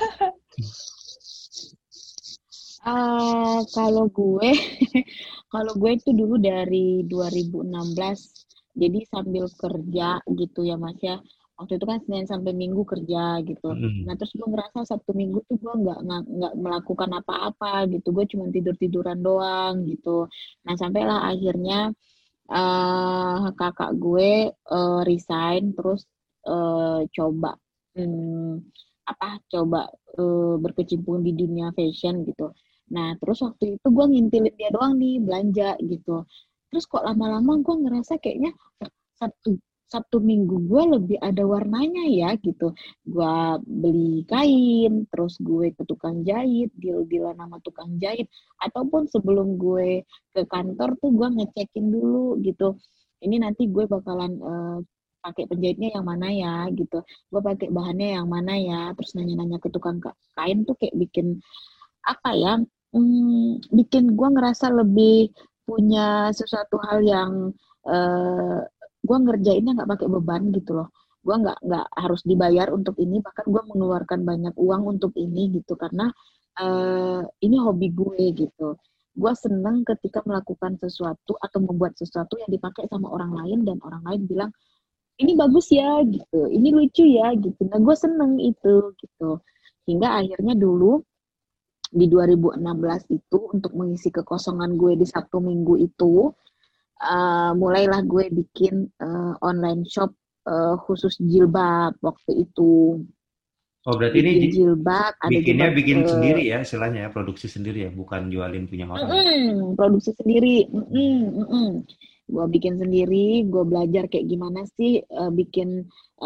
Kalau gue, kalau gue itu dulu dari 2016, jadi sambil kerja gitu ya Mas ya. Waktu itu kan Senin sampai Minggu kerja gitu. Mm-mm. Nah terus gue ngerasa Sabtu Minggu tuh gue nggak melakukan apa-apa gitu. Gue cuma tidur-tiduran doang gitu. Nah sampailah akhirnya kakak gue resign terus coba hmm, coba berkecimpung di dunia fashion gitu. Nah, terus waktu itu gue ngintilin dia doang nih belanja gitu. Terus kok lama-lama gue ngerasa kayaknya Sabtu Sabtu Minggu gue lebih ada warnanya ya gitu. Gue beli kain, terus gue ke tukang jahit, deal-dealan sama tukang jahit. Ataupun sebelum gue ke kantor tuh gue ngecekin dulu gitu. Ini nanti gue bakalan pakai penjahitnya yang mana ya gitu. Gue pakai bahannya yang mana ya. Terus nanya-nanya ke tukang kain tuh kayak bikin apa ya, bikin gue ngerasa lebih punya sesuatu hal yang uh, gue ngerjainnya nggak pakai beban gitu loh. Gue nggak harus dibayar untuk ini, bahkan gue mengeluarkan banyak uang untuk ini gitu karena ini hobi gue gitu. Gue seneng ketika melakukan sesuatu atau membuat sesuatu yang dipakai sama orang lain dan orang lain bilang ini bagus ya gitu, ini lucu ya gitu. Nah gue seneng itu gitu. Hingga akhirnya dulu di 2016 itu untuk mengisi kekosongan gue di Sabtu Minggu itu mulailah gue bikin online shop khusus jilbab waktu itu. Oh, berarti ini Bikin jilbab, ada bikinnya jilbab bikin sendiri ya, istilahnya ya, produksi sendiri ya, bukan jualin punya orang. produksi sendiri. Gue bikin sendiri, gue belajar kayak gimana sih bikin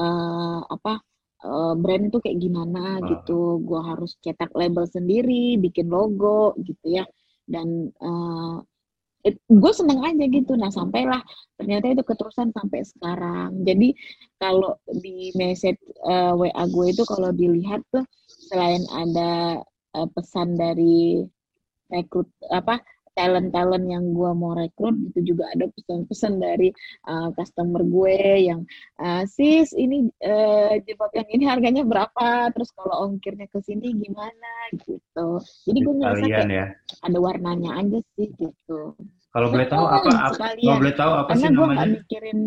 brand itu kayak gimana Oh, gitu. Gue harus cetak label sendiri, bikin logo gitu ya. Dan gue seneng aja gitu. Nah sampailah ternyata itu keterusan sampai sekarang. Jadi kalau di message WA gue itu kalau dilihat tuh selain ada pesan dari rekrut talent-talent yang gue mau rekrut itu juga ada pesan-pesan dari customer gue yang sis ini jilbab yang ini harganya berapa, terus kalau ongkirnya ke sini gimana gitu. Jadi gue ngerasa kalian kayak ya. ada warnanya aja sih gitu. Kalau boleh tahu apa, kalau Sekalian boleh tahu apa karena sih gue namanya? nggak mikirin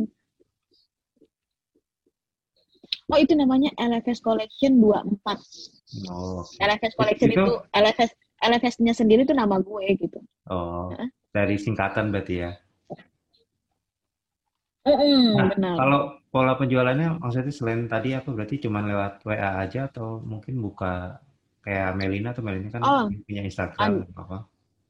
itu namanya LFS Collection 24. Oh, oke. LFS Collection Itu, itu LFS-nya sendiri tuh nama gue gitu. oh, dari singkatan berarti ya. Nah, Benar. kalau pola penjualannya maksudnya selain tadi apa berarti cuma lewat WA aja atau mungkin buka kayak Melina atau Melina kan Oh, punya Instagram atau apa?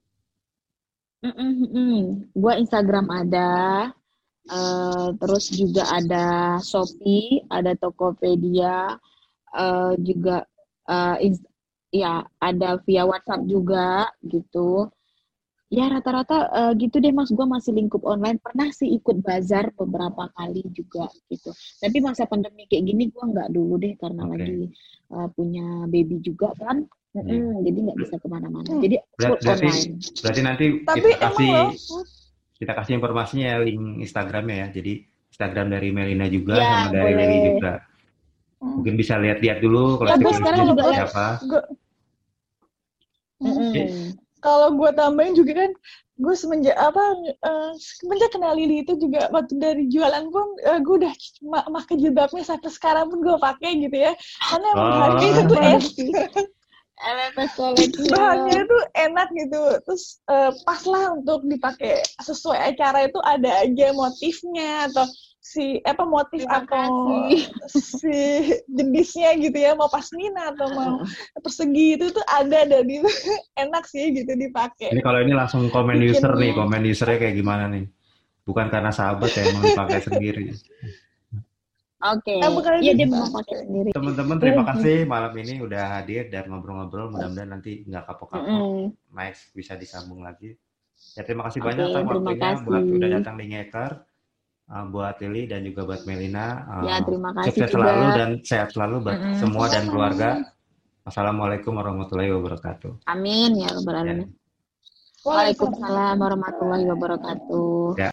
gue Instagram ada, terus juga ada Shopee, ada Tokopedia, juga ya ada via WhatsApp juga gitu. Ya rata-rata gitu deh Mas, gue masih lingkup online. Pernah sih ikut bazar beberapa kali juga gitu. Tapi masa pandemi kayak gini gue nggak dulu deh karena Oke. lagi punya baby juga kan. Iya. Jadi nggak bisa kemana-mana. Jadi full Berarti online. berarti nanti Tapi emang loh, kita kasih informasinya ya, link Instagramnya ya. Jadi Instagram dari Melina juga sama Ya dari Lili boleh. juga. Mungkin bisa lihat-lihat dulu kalau Ya gue stylistnya sekarang juga lihat. siapa. Oke. kalau gue tambahin juga kan, gue semenjak kenal Lili itu juga waktu dari jualan pun gue udah pakai jilbabnya sampai sekarang pun gue pakai gitu ya, karena emang harganya tuh LFS Collection. bahannya tuh enak gitu, terus pas lah untuk dipakai sesuai acara itu ada aja motifnya atau motif Terima atau kasih. si jenisnya gitu ya, mau pasmina atau mau persegi itu tuh ada dan itu enak sih gitu dipakai. Ini kalau ini langsung komen user nih, Bikinnya. komen usernya kayak gimana nih? Bukan karena sahabat ya, emang dipakai sendiri. Oke. Bukan Iya itu. dia memang pakai sendiri. Teman-teman terima kasih malam ini udah hadir dan ngobrol-ngobrol. Mudah-mudahan nanti nggak kapok-kapok. Nice, bisa disambung lagi. Ya terima kasih banyak Oke, Kang terima waktunya buat kasih. udah datang di Ngeker. buat Lili dan juga buat Melina. Ya, terima kasih Sukses juga. selalu dan sehat selalu buat semua dan keluarga. Wassalamualaikum warahmatullahi wabarakatuh. Amin ya rabbal alamin. Ya. Waalaikumsalam warahmatullahi wabarakatuh. Ya.